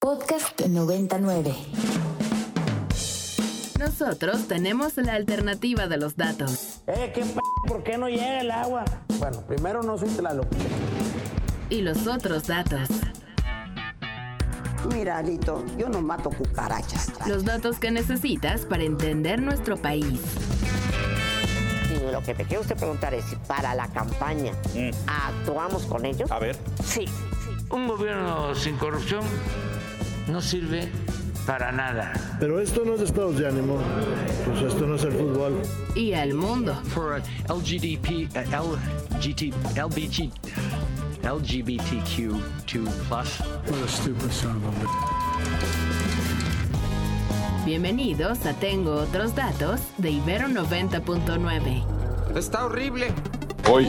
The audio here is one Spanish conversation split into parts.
Podcast 99. Nosotros tenemos la alternativa de los datos. ¿Por qué no llega el agua? Bueno, primero no soy Tlaloc. Y los otros datos. Mira, Alito, yo no mato cucarachas. Los datos que necesitas para entender nuestro país. Y lo que te quiero usted preguntar es si para la campaña actuamos con ellos. A ver. Sí. Un gobierno sin corrupción no sirve para nada. Pero esto no es estados de ánimo, pues esto no es el fútbol. Y el mundo. For LGBTQ2+. What a stupid son of a bitch. Bienvenidos a Tengo Otros Datos de Ibero 90.9. Está horrible. Hoy.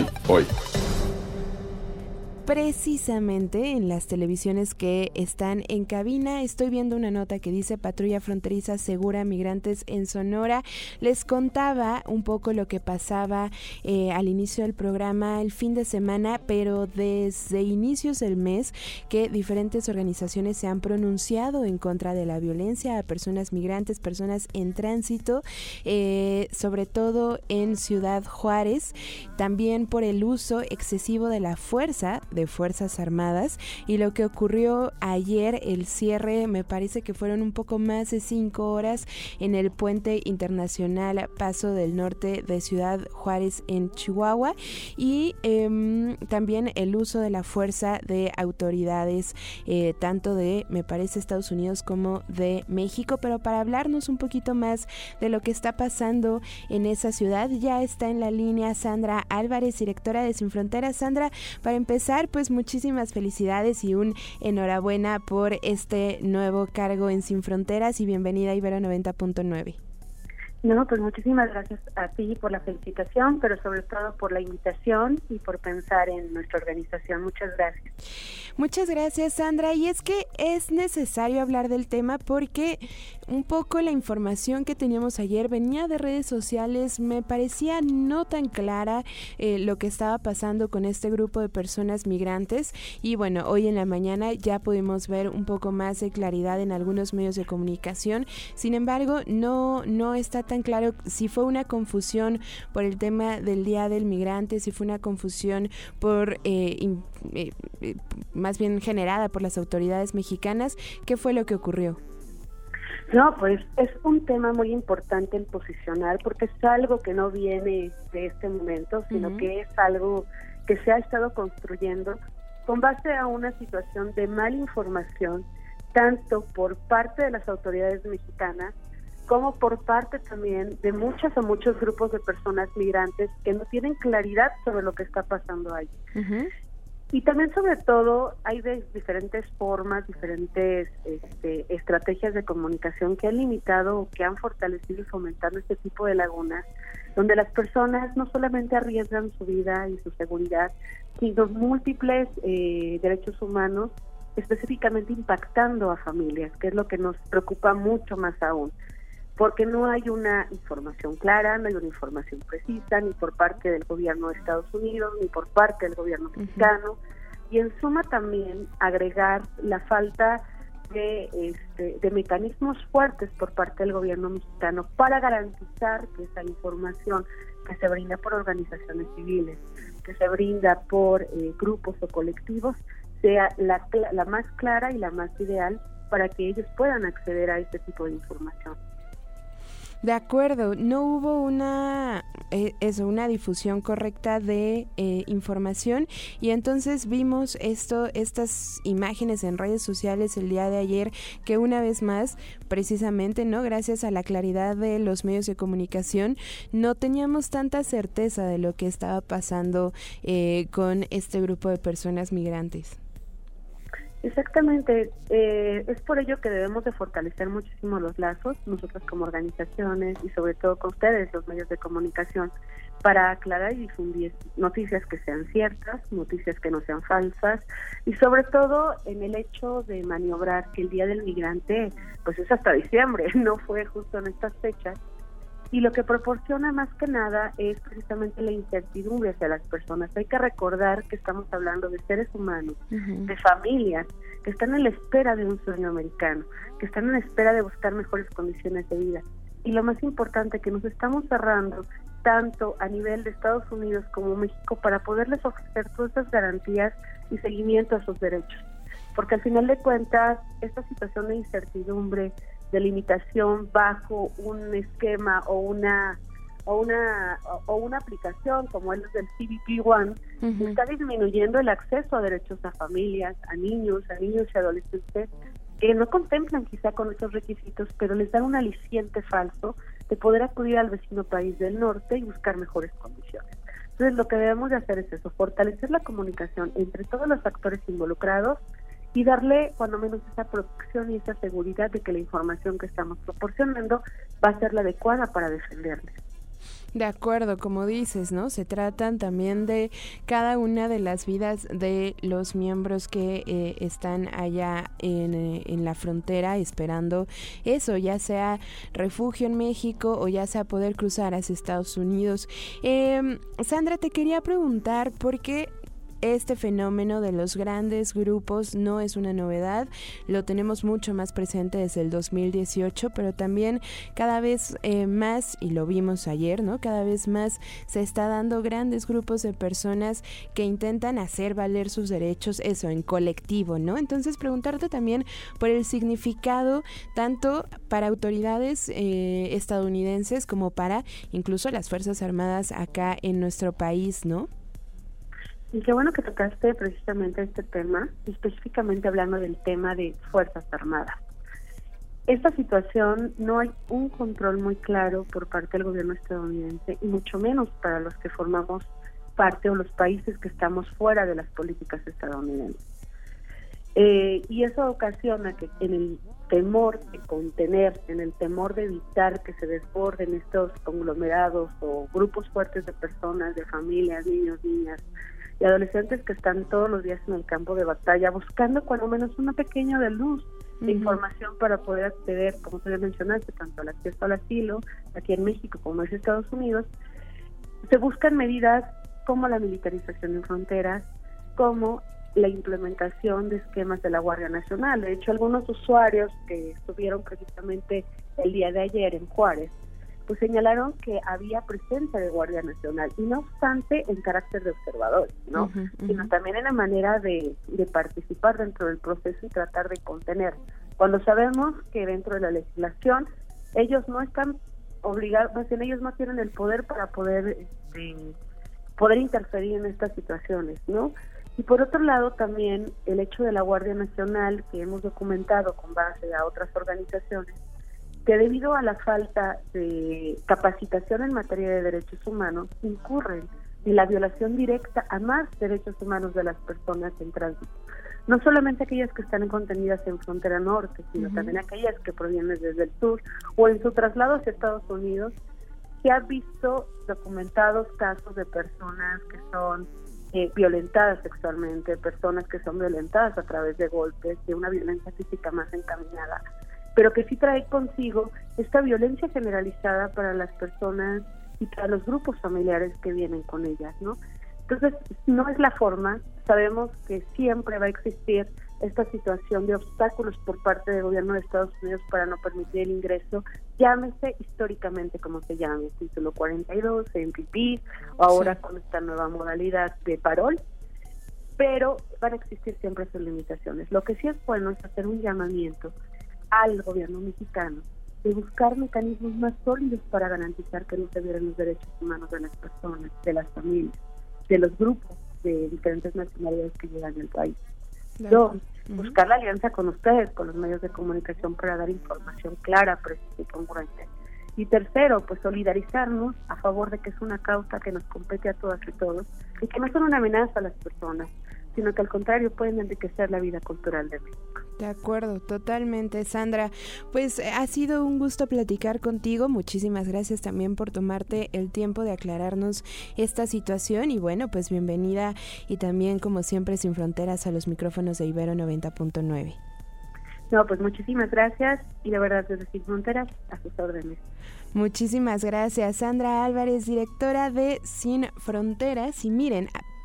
Precisamente en las televisiones que están en cabina estoy viendo una nota que dice Patrulla Fronteriza Segura Migrantes en Sonora. Les contaba un poco lo que pasaba al inicio del programa el fin de semana, pero desde inicios del mes que diferentes organizaciones se han pronunciado en contra de la violencia a personas migrantes, personas en tránsito, sobre todo en Ciudad Juárez, también por el uso excesivo de la fuerza de Fuerzas Armadas. Y lo que ocurrió ayer, el cierre, me parece que fueron un poco más de 5 horas en el puente internacional Paso del Norte de Ciudad Juárez en Chihuahua, y también el uso de la fuerza de autoridades tanto de, me parece, Estados Unidos como de México. Pero para hablarnos un poquito más de lo que está pasando en esa ciudad, ya está en la línea Sandra Álvarez, directora de Sin Fronteras. Sandra, para empezar, pues muchísimas felicidades y un enhorabuena por este nuevo cargo en Sin Fronteras y bienvenida a Ibero 90.9. No, pues muchísimas gracias a ti por la felicitación, pero sobre todo por la invitación y por pensar en nuestra organización. Muchas gracias. Muchas gracias, Sandra. Y es que es necesario hablar del tema porque un poco la información que teníamos ayer venía de redes sociales, me parecía no tan clara lo que estaba pasando con este grupo de personas migrantes, y bueno, hoy en la mañana ya pudimos ver un poco más de claridad en algunos medios de comunicación. Sin embargo, no está tan claro si fue una confusión por el tema del Día del Migrante, si fue una confusión por más bien generada por las autoridades mexicanas. ¿Qué fue lo que ocurrió? No, pues es un tema muy importante el posicionar, porque es algo que no viene de este momento, sino que es algo que se ha estado construyendo con base a una situación de mala información, tanto por parte de las autoridades mexicanas como por parte también de muchos grupos de personas migrantes que no tienen claridad sobre lo que está pasando ahí. Y también, sobre todo, hay de diferentes formas, diferentes estrategias de comunicación que han limitado o que han fortalecido y fomentado este tipo de lagunas, donde las personas no solamente arriesgan su vida y su seguridad, sino múltiples derechos humanos, específicamente impactando a familias, que es lo que nos preocupa mucho más aún, porque no hay una información clara, no hay una información precisa, ni por parte del gobierno de Estados Unidos, ni por parte del gobierno mexicano, y en suma también agregar la falta de mecanismos fuertes por parte del gobierno mexicano para garantizar que esa información que se brinda por organizaciones civiles, que se brinda por grupos o colectivos, sea la más clara y la más ideal para que ellos puedan acceder a este tipo de información. De acuerdo, no hubo una difusión correcta de información, y entonces vimos estas imágenes en redes sociales el día de ayer, que una vez más, precisamente, no gracias a la claridad de los medios de comunicación, no teníamos tanta certeza de lo que estaba pasando con este grupo de personas migrantes. Exactamente, es por ello que debemos de fortalecer muchísimo los lazos, nosotros como organizaciones y sobre todo con ustedes, los medios de comunicación, para aclarar y difundir noticias que sean ciertas, noticias que no sean falsas, y sobre todo en el hecho de maniobrar que el Día del Migrante pues es hasta diciembre, no fue justo en estas fechas, y lo que proporciona más que nada es precisamente la incertidumbre hacia las personas. Hay que recordar que estamos hablando de seres humanos, de familias que están en la espera de un sueño americano, que están en la espera de buscar mejores condiciones de vida. Y lo más importante, que nos estamos cerrando tanto a nivel de Estados Unidos como México para poderles ofrecer todas esas garantías y seguimiento a sus derechos. Porque al final de cuentas, esta situación de incertidumbre, de limitación bajo un esquema o una aplicación como el del CBP One, está disminuyendo el acceso a derechos a familias, a niños y adolescentes que no contemplan quizá con esos requisitos, pero les dan un aliciente falso de poder acudir al vecino país del norte y buscar mejores condiciones. Entonces lo que debemos de hacer es eso, fortalecer la comunicación entre todos los actores involucrados y darle cuando menos esa protección y esa seguridad de que la información que estamos proporcionando va a ser la adecuada para defenderles. De acuerdo, como dices, ¿no? Se tratan también de cada una de las vidas de los miembros que están allá en la frontera esperando eso, ya sea refugio en México o ya sea poder cruzar hacia Estados Unidos. Sandra, te quería preguntar por qué este fenómeno de los grandes grupos no es una novedad, lo tenemos mucho más presente desde el 2018, pero también cada vez más, y lo vimos ayer, ¿no? Cada vez más se está dando grandes grupos de personas que intentan hacer valer sus derechos, eso, en colectivo, ¿no? Entonces, preguntarte también por el significado tanto para autoridades estadounidenses como para incluso las Fuerzas Armadas acá en nuestro país, ¿no? Y qué bueno que tocaste precisamente este tema, específicamente hablando del tema de Fuerzas Armadas. Esta situación no hay un control muy claro por parte del gobierno estadounidense y mucho menos para los que formamos parte o los países que estamos fuera de las políticas estadounidenses. Y eso ocasiona que en el temor de contener, en el temor de evitar que se desborden estos conglomerados o grupos fuertes de personas, de familias, niños, niñas, y adolescentes que están todos los días en el campo de batalla buscando cuando menos una pequeña de luz de información para poder acceder, como tú ya mencionaste, tanto al acceso al asilo aquí en México como en Estados Unidos. Se buscan medidas como la militarización en fronteras, como la implementación de esquemas de la Guardia Nacional. De hecho, algunos usuarios que estuvieron precisamente el día de ayer en Juárez pues señalaron que había presencia de Guardia Nacional, y no obstante en carácter de observadores, ¿no? Sino también en la manera de participar dentro del proceso y tratar de contener. Cuando sabemos que dentro de la legislación ellos no están obligados, más bien ellos no tienen el poder para poder interferir en estas situaciones, ¿no? Y por otro lado también el hecho de la Guardia Nacional, que hemos documentado con base a otras organizaciones, que debido a la falta de capacitación en materia de derechos humanos, incurren en la violación directa a más derechos humanos de las personas en tránsito. No solamente aquellas que están contenidas en frontera norte, sino también aquellas que provienen desde el sur o en su traslado hacia Estados Unidos. Se han visto documentados casos de personas que son violentadas sexualmente, personas que son violentadas a través de golpes, de una violencia física más encaminada, pero que sí trae consigo esta violencia generalizada para las personas y para los grupos familiares que vienen con ellas, ¿no? Entonces, no es la forma. Sabemos que siempre va a existir esta situación de obstáculos por parte del gobierno de Estados Unidos para no permitir el ingreso, llámese históricamente como se llame, título 42, MPP, o ahora con esta nueva modalidad de parol, pero van a existir siempre sus limitaciones. Lo que sí es bueno es hacer un llamamiento al gobierno mexicano de buscar mecanismos más sólidos para garantizar que no se violen los derechos humanos de las personas, de las familias, de los grupos de diferentes nacionalidades que llegan al país. Dos, buscar la alianza con ustedes, con los medios de comunicación, para dar información clara, precisa y congruente. Y tercero, pues solidarizarnos a favor de que es una causa que nos compete a todas y todos, y que no son una amenaza a las personas, sino que al contrario pueden enriquecer la vida cultural de México. De acuerdo, totalmente, Sandra. Pues ha sido un gusto platicar contigo. Muchísimas gracias también por tomarte el tiempo de aclararnos esta situación, y bueno, pues bienvenida, y también como siempre Sin Fronteras a los micrófonos de Ibero 90.9. No, pues muchísimas gracias, y de verdad desde Sin Fronteras a sus órdenes. Muchísimas gracias, Sandra Álvarez, directora de Sin Fronteras. Y miren,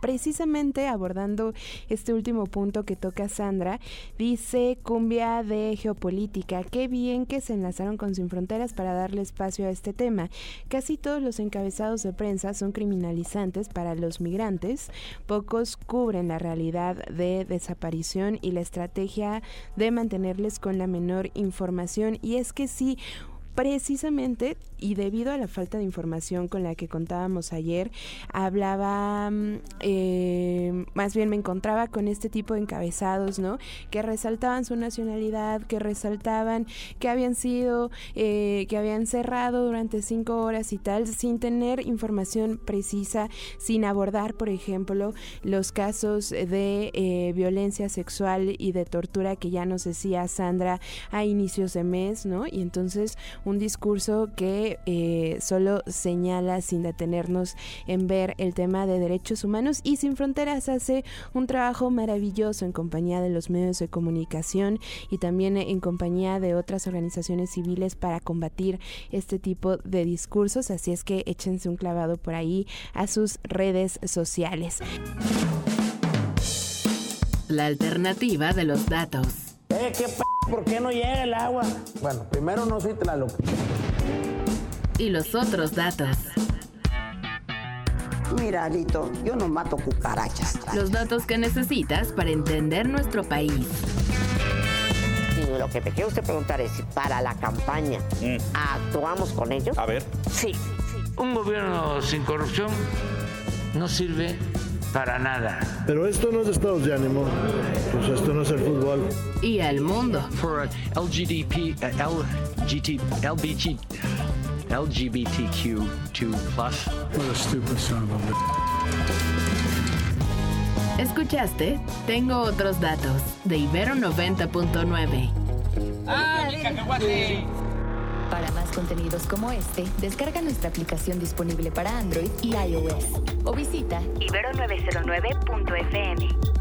precisamente abordando este último punto que toca Sandra, dice Cumbia de Geopolítica, qué bien que se enlazaron con Sin Fronteras para darle espacio a este tema. Casi todos los encabezados de prensa son criminalizantes para los migrantes, pocos cubren la realidad de desaparición y la estrategia de mantenerles con la menor información. Y es que sí, precisamente, y debido a la falta de información con la que contábamos ayer, hablaba, más bien me encontraba con este tipo de encabezados, ¿no? Que resaltaban su nacionalidad, que resaltaban que habían sido, que habían cerrado durante 5 horas y tal, sin tener información precisa, sin abordar, por ejemplo, los casos de violencia sexual y de tortura que ya nos decía Sandra a inicios de mes, ¿no? Y entonces un discurso que solo señala sin detenernos en ver el tema de derechos humanos. Y Sin Fronteras hace un trabajo maravilloso en compañía de los medios de comunicación y también en compañía de otras organizaciones civiles para combatir este tipo de discursos, así es que échense un clavado por ahí a sus redes sociales. La alternativa de los datos. ¿Por qué no llega el agua? Bueno, primero no soy Tlaloc. Y los otros datos. Mira, Alito, yo no mato cucarachas. Los datos que necesitas para entender nuestro país. Y lo que me quiere usted preguntar es si para la campaña actuamos con ellos. A ver. Sí. Un gobierno sin corrupción no sirve para nada. Pero esto no es estados de ánimo, pues esto no es el fútbol. Y al mundo. For LGBTQ2+. What a stupid son of a bitch. ¿Escuchaste? Tengo otros datos de Ibero 90.9. Para más contenidos como este, descarga nuestra aplicación disponible para Android y iOS o visita ibero909.fm.